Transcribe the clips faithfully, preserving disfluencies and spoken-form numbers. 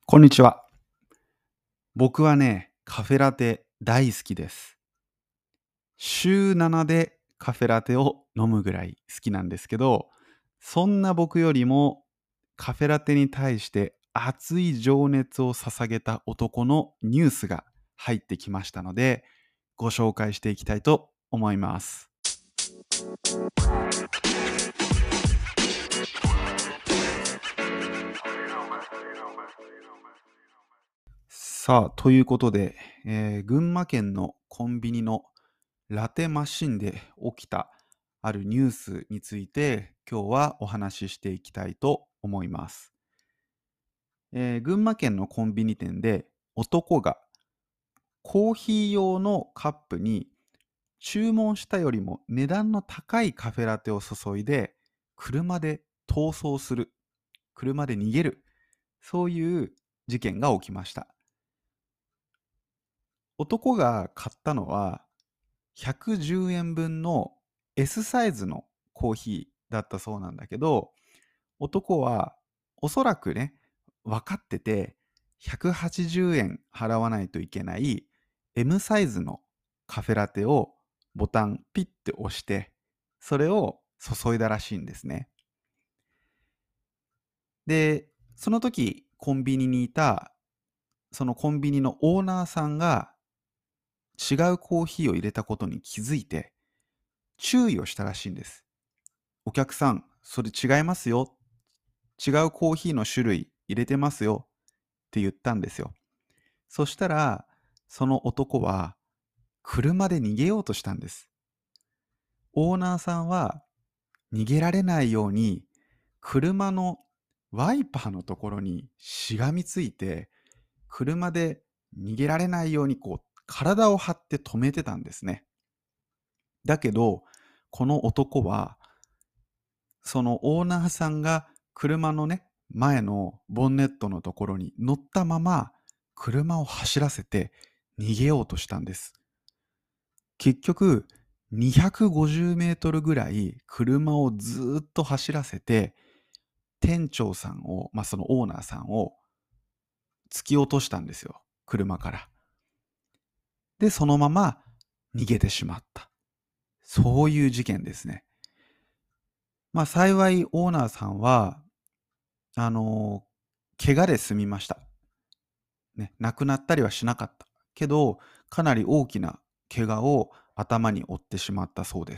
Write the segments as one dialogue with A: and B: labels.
A: こんにちは。僕はね、カフェラテ大好きです。週ななでカフェラテを飲むぐらい好きなんですけど、そんな僕よりもカフェラテに対して熱い情熱を捧げた男のニュースが入ってきましたので、ご紹介していきたいと思います。さあ、ということで、えー群馬県のコンビニのラテマシンで起きたあるニュースについて今日はお話ししていきたいと思います。えー群馬県のコンビニ店で男がコーヒー用のカップに注文したよりも値段の高いカフェラテを注いで車で逃走する、車で逃げる、そういう事件が起きました。男が買ったのはひゃくじゅうえんぶんの S サイズのコーヒーだったそうなんだけど、男はおそらくね、分かってて、ひゃくはちじゅうえん払わないといけない M サイズのカフェラテをボタンピッて押して、それを注いだらしいんですね。で、その時コンビニにいた、そのコンビニのオーナーさんが違うコーヒーを入れたことに気づいて、注意をしたらしいんです。お客さん、それ違いますよ。違うコーヒーの種類入れてますよって言ったんですよ。そしたら、その男は車で逃げようとしたんです。オーナーさんは逃げられないように車のワイパーのところにしがみついて、車で逃げられないようにこう体を張って止めてたんですね。だけど、この男はそのオーナーさんが車のね、前のボンネットのところに乗ったまま車を走らせて逃げようとしたんです。結局、にひゃくごじゅうメートルぐらい車をずーっと走らせて、店長さんを、まあ、そのオーナーさんを突き落としたんですよ。車から。で、そのまま逃げてしまった。そういう事件ですね。まあ、幸いオーナーさんは、あのー怪我で済みました。ね、亡くなったりはしなかった。けど、かなり大きな怪我を頭に負ってしまったそうです。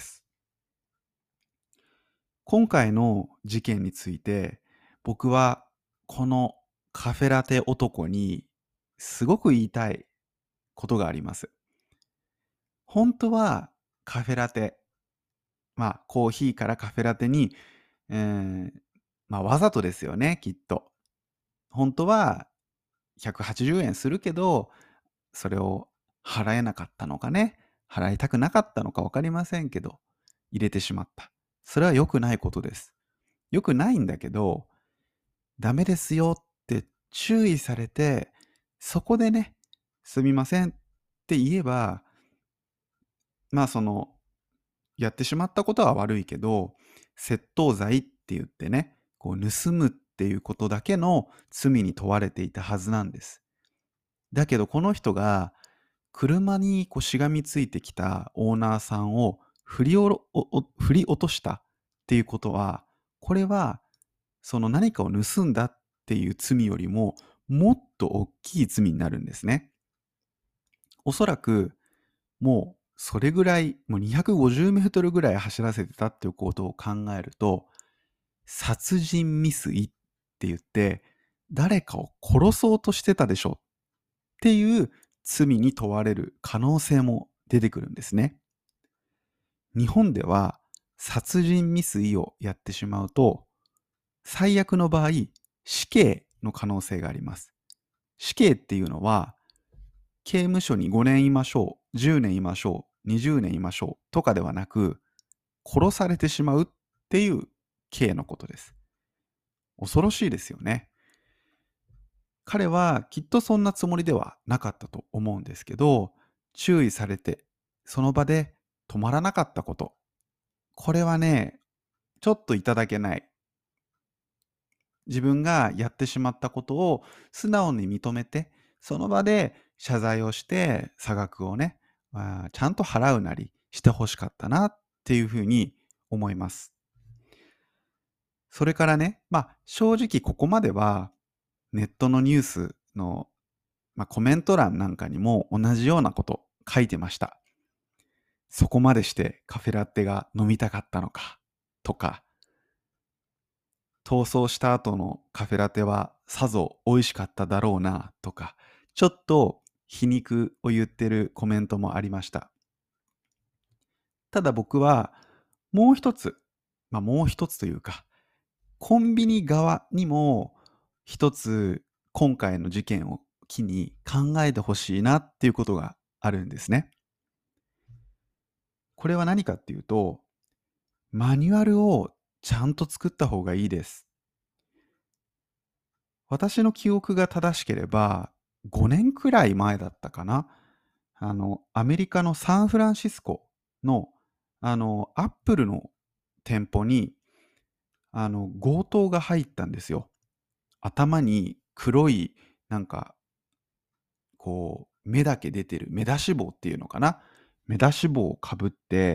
A: 今回の事件について、僕はこのカフェラテ男にすごく言いたいことがあります。本当はカフェラテ、まあコーヒーからカフェラテに、えーまあわざとですよね、きっと。本当はひゃくはちじゅうえんするけど、それを払えなかったのかね、払いたくなかったのか分かりませんけど、入れてしまった。それは良くないことです。良くないんだけど、ダメですよって注意されて、そこでね、すみませんって言えば、まあその、やってしまったことは悪いけど、窃盗罪って言ってね、こう盗むっていうことだけの罪に問われていたはずなんです。だけどこの人が車にこうしがみついてきたオーナーさんを振りおろおお振り落としたっていうことは、これはその何かを盗んだっていう罪よりももっと大きい罪になるんですね。おそらくもうそれぐらい、もうにひゃくごじゅうメートルぐらい走らせてたっていうことを考えると、殺人未遂って言って、誰かを殺そうとしてたでしょっていう罪に問われる可能性も出てくるんですね。日本では殺人未遂をやってしまうと、最悪の場合、死刑の可能性があります。死刑っていうのは、刑務所にごねんいましょう、じゅうねんいましょう、にじゅうねんいましょうとかではなく、殺されてしまうっていう刑のことです。恐ろしいですよね。彼はきっとそんなつもりではなかったと思うんですけど、注意されて、その場で止まらなかったこと。これはね、ちょっといただけない。 自分がやってしまったことを素直に認めて、その場で謝罪をして、差額をね、あーちゃんと払うなりして欲しかったなっていうふうに思います。それからね、まあ正直ここまではネットのニュースの、まあ、コメント欄なんかにも同じようなこと書いてました。そこまでしてカフェラテが飲みたかったのかとか、逃走した後のカフェラテはさぞ美味しかっただろうなとか、ちょっと皮肉を言ってるコメントもありました。ただ僕はもう一つ、まあもう一つというか、コンビニ側にも一つ今回の事件を機に考えてほしいなっていうことがあるんですね。これは何かっていうと、マニュアルをちゃんと作った方がいいです。私の記憶が正しければ、ごねんくらい前だったかな。あの、アメリカのサンフランシスコの、あの、アップルの店舗に、あの、強盗が入ったんですよ。頭に黒い、なんか、こう、目だけ出てる、目出し帽っていうのかな。目出し帽をかぶって、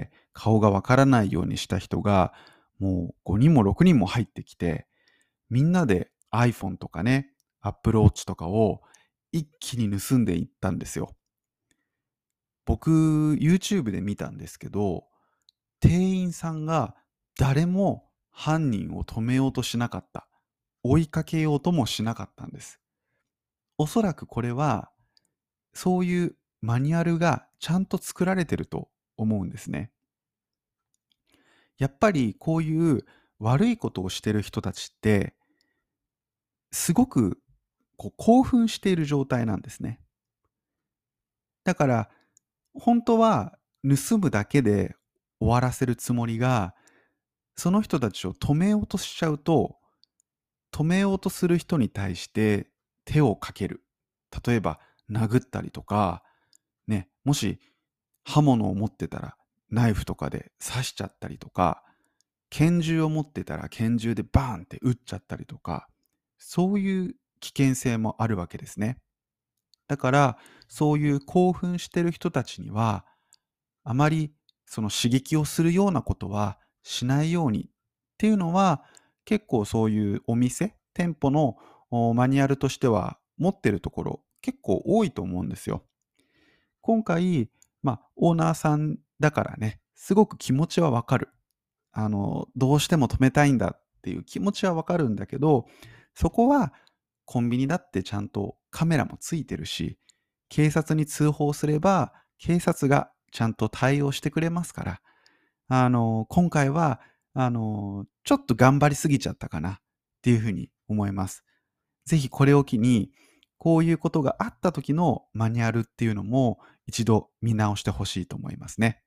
A: 顔がわからないようにした人が、もうごにんもろくにんも入ってきて、みんなで iPhone とかね、Apple Watch とかを一気に盗んでいったんですよ。僕、YouTube で見たんですけど、店員さんが誰も犯人を止めようとしなかった。追いかけようともしなかったんです。おそらくこれは、そういうマニュアルがちゃんと作られてると思うんですね。やっぱりこういう悪いことをしてる人たちって、すごくこう興奮している状態なんですね。だから、本当は盗むだけで終わらせるつもりが、その人たちを止めようとしちゃうと、止めようとする人に対して手をかける。例えば殴ったりとか、ね、もし刃物を持ってたらナイフとかで刺しちゃったりとか、拳銃を持ってたら拳銃でバーンって撃っちゃったりとか、そういう危険性もあるわけですね。だから、そういう興奮してる人たちには、あまりその刺激をするようなことはしないようにっていうのは、結構そういうお店、店舗のおマニュアルとしては持ってるところ結構多いと思うんですよ。今回、まあ、オーナーさんだからね、すごく気持ちはわかる。あの、どうしても止めたいんだっていう気持ちはわかるんだけど、そこはコンビニだってちゃんとカメラもついてるし、警察に通報すれば、警察がちゃんと対応してくれますから、あの、今回は、あの、ちょっと頑張りすぎちゃったかなっていうふうに思います。ぜひこれを機に、こういうことがあった時のマニュアルっていうのも一度見直してほしいと思いますね。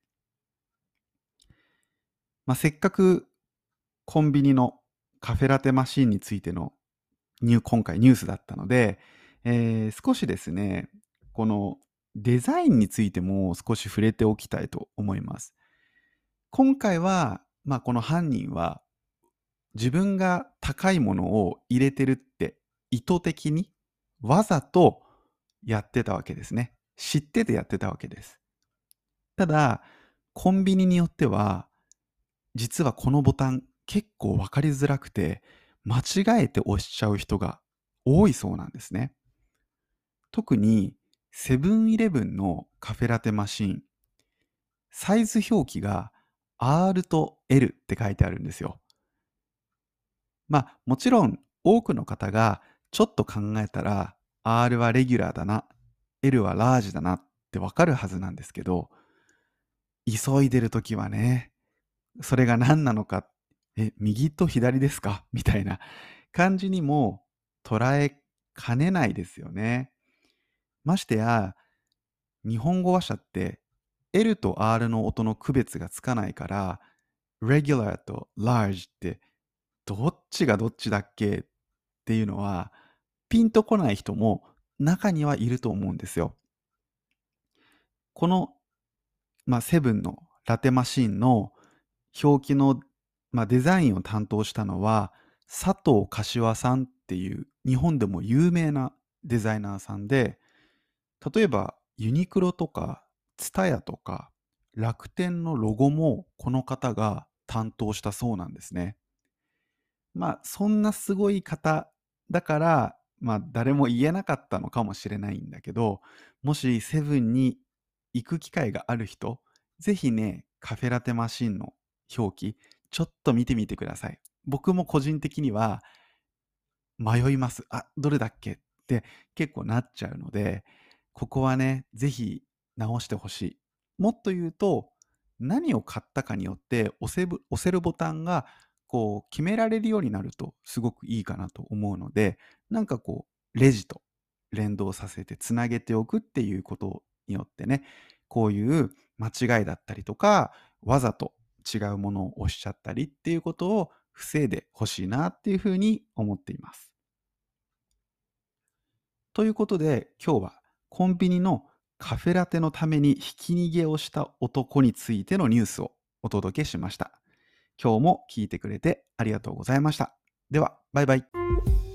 A: まあ、せっかくコンビニのカフェラテマシーンについてのニュー今回ニュースだったので、えー少しですね、このデザインについても少し触れておきたいと思います。今回は、まあ、この犯人は自分が高いものを入れてるって意図的にわざとやってたわけですね。知っててやってたわけです。ただ、コンビニによっては、実はこのボタン結構わかりづらくて、間違えて押しちゃう人が多いそうなんですね。特にセブンイレブンのカフェラテマシン、サイズ表記が アール と エル って書いてあるんですよ。まあもちろん多くの方がちょっと考えたら アール はレギュラーだな、エル はラージだなってわかるはずなんですけど、急いでる時はね、それが何なのか、え、右と左ですかみたいな感じにも捉えかねないですよね。ましてや、日本語話者って エル と アール の音の区別がつかないから、regular と large ってどっちがどっちだっけっていうのはピンとこない人も中にはいると思うんですよ。この、まあ、セブンのラテマシンの表記の、まあ、デザインを担当したのは佐藤柏さんっていう日本でも有名なデザイナーさんで、例えばユニクロとかツタヤとか楽天のロゴもこの方が担当したそうなんですね。まあ、そんなすごい方だから、まあ、誰も言えなかったのかもしれないんだけど、もしセブンに行く機会がある人、ぜひね、カフェラテマシンの表記、ちょっと見てみてください。僕も個人的には迷います。あ、どれだっけって結構なっちゃうので、ここはね、ぜひ直してほしい。もっと言うと、何を買ったかによって押せぶ押せるボタンがこう決められるようになるとすごくいいかなと思うので、なんかこうレジと連動させてつなげておくっていうことによってね、こういう間違いだったりとか、わざと違うものを押しちゃったりっていうことを防いでほしいなっていうふうに思っています。ということで、今日はコンビニのカフェラテのためにひき逃げをした男についてのニュースをお届けしました。今日も聞いてくれてありがとうございました。では、バイバイ。